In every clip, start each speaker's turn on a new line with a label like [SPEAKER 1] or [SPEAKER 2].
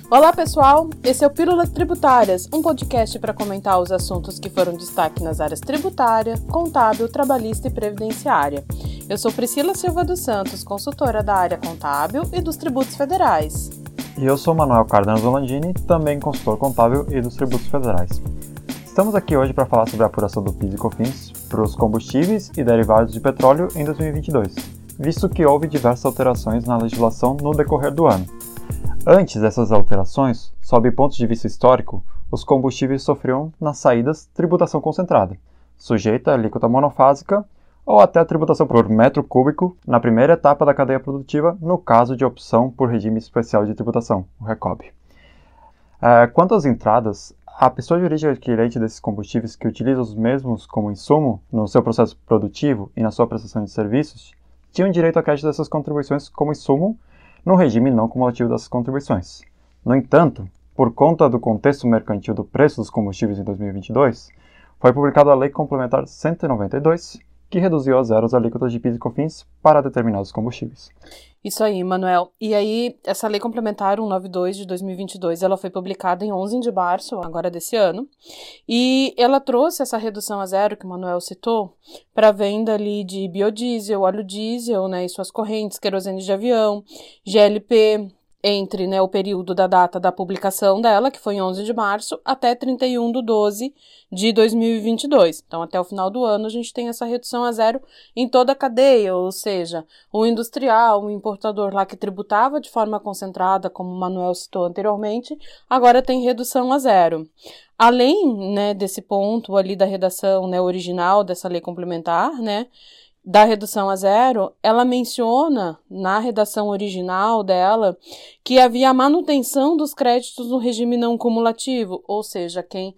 [SPEAKER 1] Olá pessoal, esse é o Pílulas Tributárias, um podcast para comentar os assuntos que foram destaque nas áreas tributária, contábil, trabalhista e previdenciária. Eu sou Priscila Silva dos Santos, consultora da área contábil e dos tributos federais.
[SPEAKER 2] E eu sou Manuel Cardenas Olandini, também consultor contábil e dos tributos federais. Estamos aqui hoje para falar sobre a apuração do PIS e COFINS para os combustíveis e derivados de petróleo em 2022, visto que houve diversas alterações na legislação no decorrer do ano. Antes dessas alterações, sob ponto de vista histórico, os combustíveis sofriam nas saídas tributação concentrada, sujeita a alíquota monofásica ou até a tributação por metro cúbico na primeira etapa da cadeia produtiva, no caso de opção por regime especial de tributação, o RECOB. Quanto às entradas, a pessoa jurídica adquirente desses combustíveis que utiliza os mesmos como insumo no seu processo produtivo e na sua prestação de serviços, tinham direito a crédito dessas contribuições como insumo no regime não cumulativo dessas contribuições. No entanto, por conta do contexto mercantil do preço dos combustíveis em 2022, foi publicada a Lei Complementar 192, que reduziu a zero as alíquotas de PIS e COFINS para determinados combustíveis.
[SPEAKER 1] Isso aí, Manuel. E aí, essa Lei Complementar 192 de 2022, ela foi publicada em 11 de março, agora desse ano, e ela trouxe essa redução a zero, que o Manuel citou, para a venda ali de biodiesel, óleo diesel, né, e suas correntes, querosene de avião, GLP, entre o período da data da publicação dela, que foi em 11 de março, até 31/12 de 2022. Então, até o final do ano, a gente tem essa redução a zero em toda a cadeia, ou seja, o industrial, o importador lá que tributava de forma concentrada, como o Manuel citou anteriormente, agora tem redução a zero. Além, desse ponto ali da redação, original dessa lei complementar, da redução a zero, ela menciona na redação original dela que havia a manutenção dos créditos no regime não cumulativo, ou seja, quem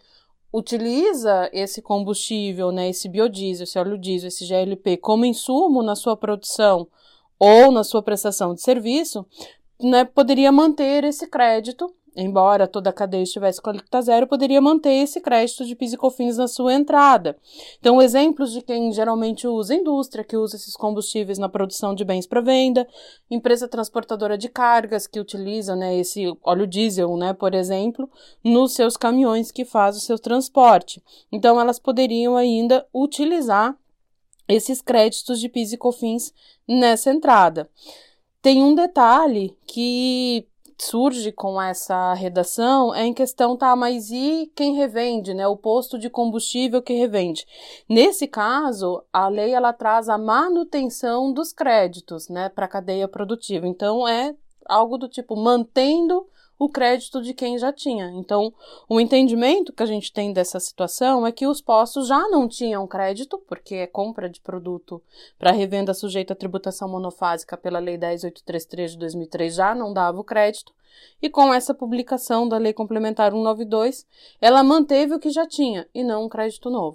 [SPEAKER 1] utiliza esse combustível, esse biodiesel, esse óleo diesel, esse GLP como insumo na sua produção ou na sua prestação de serviço, poderia manter esse crédito. Embora toda a cadeia estivesse com alíquota zero, poderia manter esse crédito de PIS e COFINS na sua entrada. Então, exemplos de quem geralmente usa indústria, que usa esses combustíveis na produção de bens para venda, empresa transportadora de cargas, que utiliza esse óleo diesel, por exemplo, nos seus caminhões que faz o seu transporte. Então, elas poderiam ainda utilizar esses créditos de PIS e COFINS nessa entrada. Tem um detalhe que surge com essa redação em questão, mas e quem revende, o posto de combustível que revende? Nesse caso, a lei ela traz a manutenção dos créditos, para a cadeia produtiva. Então, é algo do tipo mantendo o crédito de quem já tinha. Então, o entendimento que a gente tem dessa situação é que os postos já não tinham crédito, porque é compra de produto para revenda sujeita à tributação monofásica pela Lei 10.833 de 2003, já não dava o crédito, e com essa publicação da Lei Complementar 192, ela manteve o que já tinha, e não um crédito novo.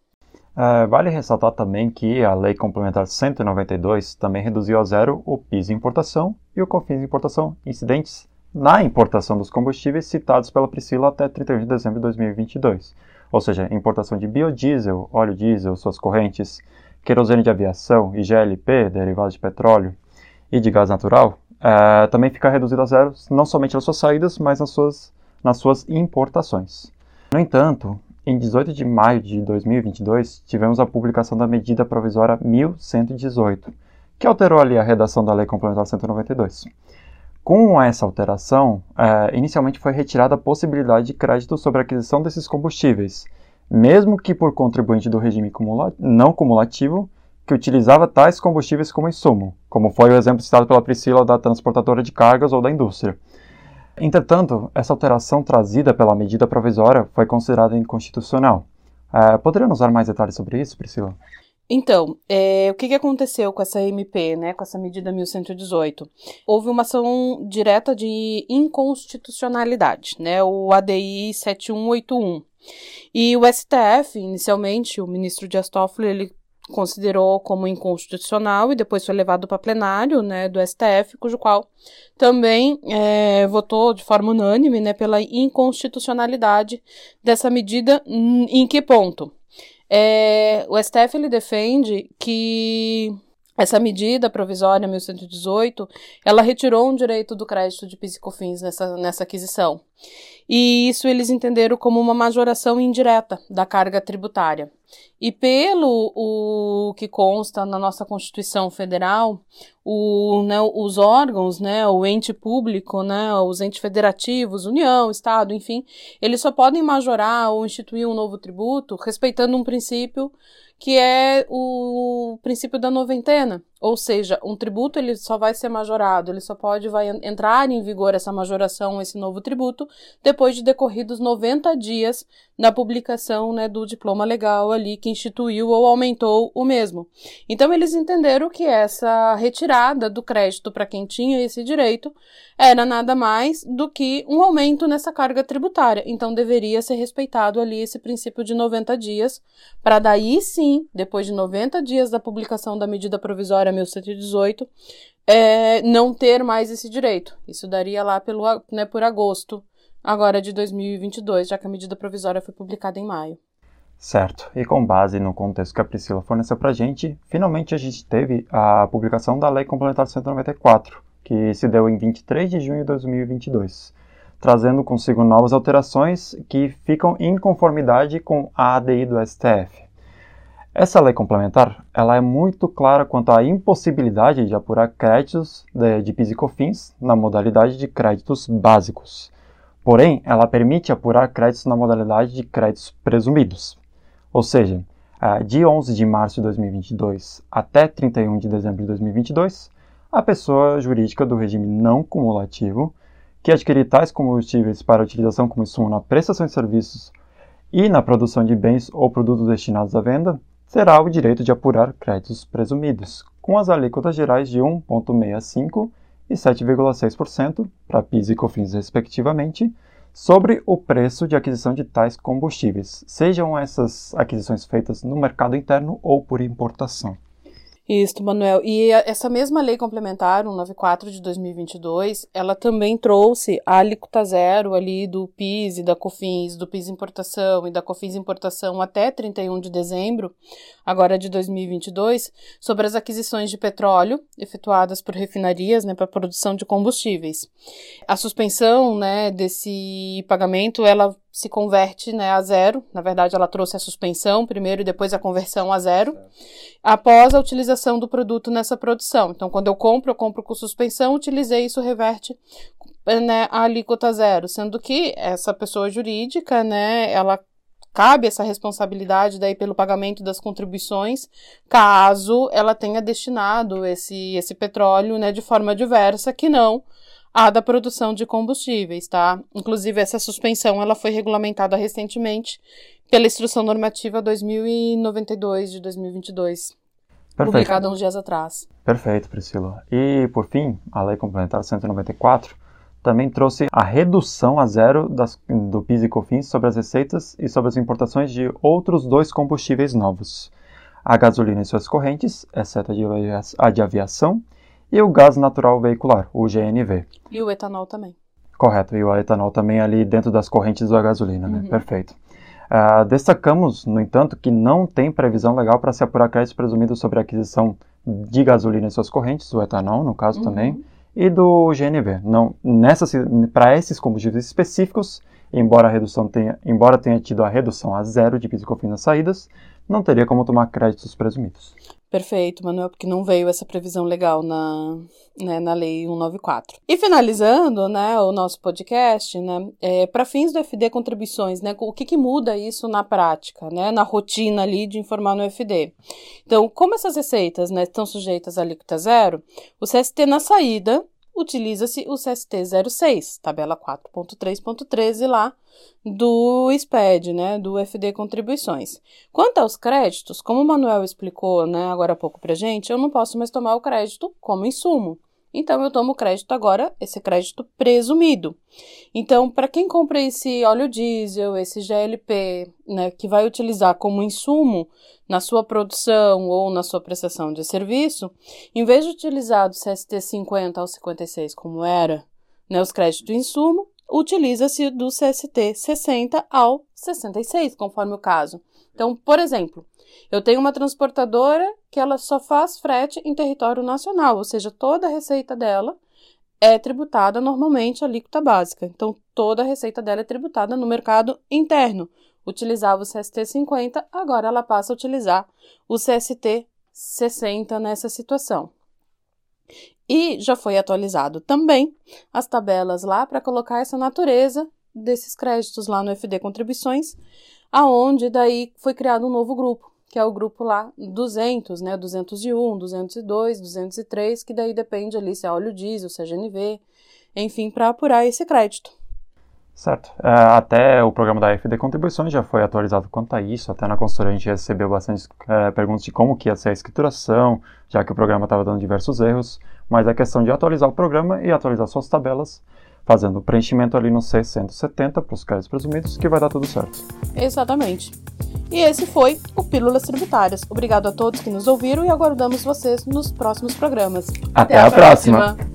[SPEAKER 2] Vale ressaltar também que a Lei Complementar 192 também reduziu a zero o PIS importação e o COFINS importação incidentes na importação dos combustíveis citados pela Priscila até 31 de dezembro de 2022, ou seja, importação de biodiesel, óleo diesel, suas correntes, querosene de aviação e GLP, derivados de petróleo e de gás natural, também fica reduzido a zero, não somente nas suas saídas, mas nas suas importações. No entanto, em 18 de maio de 2022, tivemos a publicação da medida provisória 1118, que alterou ali a redação da Lei Complementar 192. Com essa alteração, inicialmente foi retirada a possibilidade de crédito sobre a aquisição desses combustíveis, mesmo que por contribuinte do regime não cumulativo que utilizava tais combustíveis como insumo, como foi o exemplo citado pela Priscila da transportadora de cargas ou da indústria. Entretanto, essa alteração trazida pela medida provisória foi considerada inconstitucional. Poderia nos dar mais detalhes sobre isso, Priscila?
[SPEAKER 1] Então, o que aconteceu com essa MP, com essa medida 1118? Houve uma ação direta de inconstitucionalidade, o ADI 7181. E o STF, inicialmente, o ministro Dias Toffoli, ele considerou como inconstitucional e depois foi levado para plenário, do STF, cujo qual também votou de forma unânime, pela inconstitucionalidade dessa medida. Em que ponto? O STF ele defende que Essa medida provisória 1118, ela retirou um direito do crédito de PIS e COFINS nessa aquisição. E isso eles entenderam como uma majoração indireta da carga tributária. E pelo o que consta na nossa Constituição Federal, os órgãos, o ente público, os entes federativos, União, Estado, enfim, eles só podem majorar ou instituir um novo tributo respeitando um princípio que é o princípio da noventena, ou seja, um tributo ele só vai ser majorado, ele só vai entrar em vigor essa majoração, esse novo tributo, depois de decorridos 90 dias da publicação, do diploma legal ali que instituiu ou aumentou o mesmo. Então eles entenderam que essa retirada do crédito para quem tinha esse direito era nada mais do que um aumento nessa carga tributária. Então deveria ser respeitado ali esse princípio de 90 dias, para daí sim, depois de 90 dias da publicação da medida provisória 1118, não ter mais esse direito. Isso daria lá por agosto, agora de 2022, já que a medida provisória foi publicada em maio.
[SPEAKER 2] Certo, e com base no contexto que a Priscila forneceu para a gente, finalmente a gente teve a publicação da Lei Complementar 194, que se deu em 23 de junho de 2022, trazendo consigo novas alterações que ficam em conformidade com a ADI do STF. Essa lei complementar ela é muito clara quanto à impossibilidade de apurar créditos de PIS e COFINS na modalidade de créditos básicos. Porém, ela permite apurar créditos na modalidade de créditos presumidos. Ou seja, de 11 de março de 2022 até 31 de dezembro de 2022, a pessoa jurídica do regime não cumulativo que adquirir tais combustíveis para utilização como insumo na prestação de serviços e na produção de bens ou produtos destinados à venda, terá o direito de apurar créditos presumidos, com as alíquotas gerais de 1,65% e 7,6% para PIS e COFINS, respectivamente, sobre o preço de aquisição de tais combustíveis, sejam essas aquisições feitas no mercado interno ou por importação.
[SPEAKER 1] Isso, Manuel. E essa mesma lei complementar, 194 de 2022, ela também trouxe a alíquota zero ali do PIS e da COFINS, do PIS importação e da COFINS importação até 31 de dezembro, agora de 2022, sobre as aquisições de petróleo efetuadas por refinarias, para a produção de combustíveis. A suspensão, desse pagamento, ela se converte, a zero. Na verdade, ela trouxe a suspensão primeiro e depois a conversão a zero, após a utilização do produto nessa produção. Então, quando eu compro com suspensão, utilizei, isso reverte a alíquota zero, sendo que essa pessoa jurídica, ela cabe essa responsabilidade daí pelo pagamento das contribuições, caso ela tenha destinado esse petróleo, de forma diversa, que não a da produção de combustíveis, tá? Inclusive, essa suspensão, ela foi regulamentada recentemente pela Instrução Normativa 2092 de 2022, publicada uns dias atrás.
[SPEAKER 2] Perfeito, Priscila. E, por fim, a Lei Complementar 194 também trouxe a redução a zero do PIS e COFINS sobre as receitas e sobre as importações de outros 2 combustíveis novos: a gasolina e suas correntes, exceto a de aviação, e o gás natural veicular, o GNV.
[SPEAKER 1] E o etanol também.
[SPEAKER 2] Correto, e o etanol também ali dentro das correntes da gasolina, né? Perfeito. Destacamos, no entanto, que não tem previsão legal para se apurar créditos presumidos sobre a aquisição de gasolina e suas correntes, o etanol, no caso também, e do GNV. Para esses combustíveis específicos, embora tenha tido a redução a zero de PIS e COFINS nas saídas, não teria como tomar créditos presumidos.
[SPEAKER 1] Perfeito, Manuel, porque não veio essa previsão legal na Lei 194. E finalizando, o nosso podcast, para fins do FD Contribuições, o que muda isso na prática, na rotina ali de informar no FD? Então, como essas receitas, estão sujeitas à alíquota zero, o CST na saída utiliza-se o CST 06, tabela 4.3.13 lá do SPED, do FD Contribuições. Quanto aos créditos, como o Manuel explicou, agora há pouco pra gente, eu não posso mais tomar o crédito como insumo. Então, eu tomo crédito agora, esse crédito presumido. Então, para quem compra esse óleo diesel, esse GLP, que vai utilizar como insumo na sua produção ou na sua prestação de serviço, em vez de utilizar do CST 50 ao 56, como era, os créditos de insumo, utiliza-se do CST 60 ao 66, conforme o caso. Então, por exemplo, Eu tenho uma transportadora que ela só faz frete em território nacional, ou seja, toda a receita dela é tributada normalmente a alíquota básica. Então, toda a receita dela é tributada no mercado interno. Utilizava o CST 50, agora ela passa a utilizar o CST 60 nessa situação. E já foi atualizado também as tabelas lá para colocar essa natureza desses créditos lá no FD Contribuições, aonde daí foi criado um novo grupo, que é o grupo lá 200, né, 201, 202, 203, que daí depende ali se é óleo diesel, se é GNV, enfim, para apurar esse crédito.
[SPEAKER 2] Certo. Até o programa da FD Contribuições já foi atualizado quanto a isso. Até na consultoria a gente recebeu bastante perguntas de como que ia ser a escrituração, já que o programa estava dando diversos erros. Mas é questão de atualizar o programa e atualizar suas tabelas, fazendo o preenchimento ali no C170 para os créditos presumidos, que vai dar tudo certo.
[SPEAKER 1] Exatamente. E esse foi o Pílulas Tributárias. Obrigado a todos que nos ouviram e aguardamos vocês nos próximos programas.
[SPEAKER 2] Até a próxima.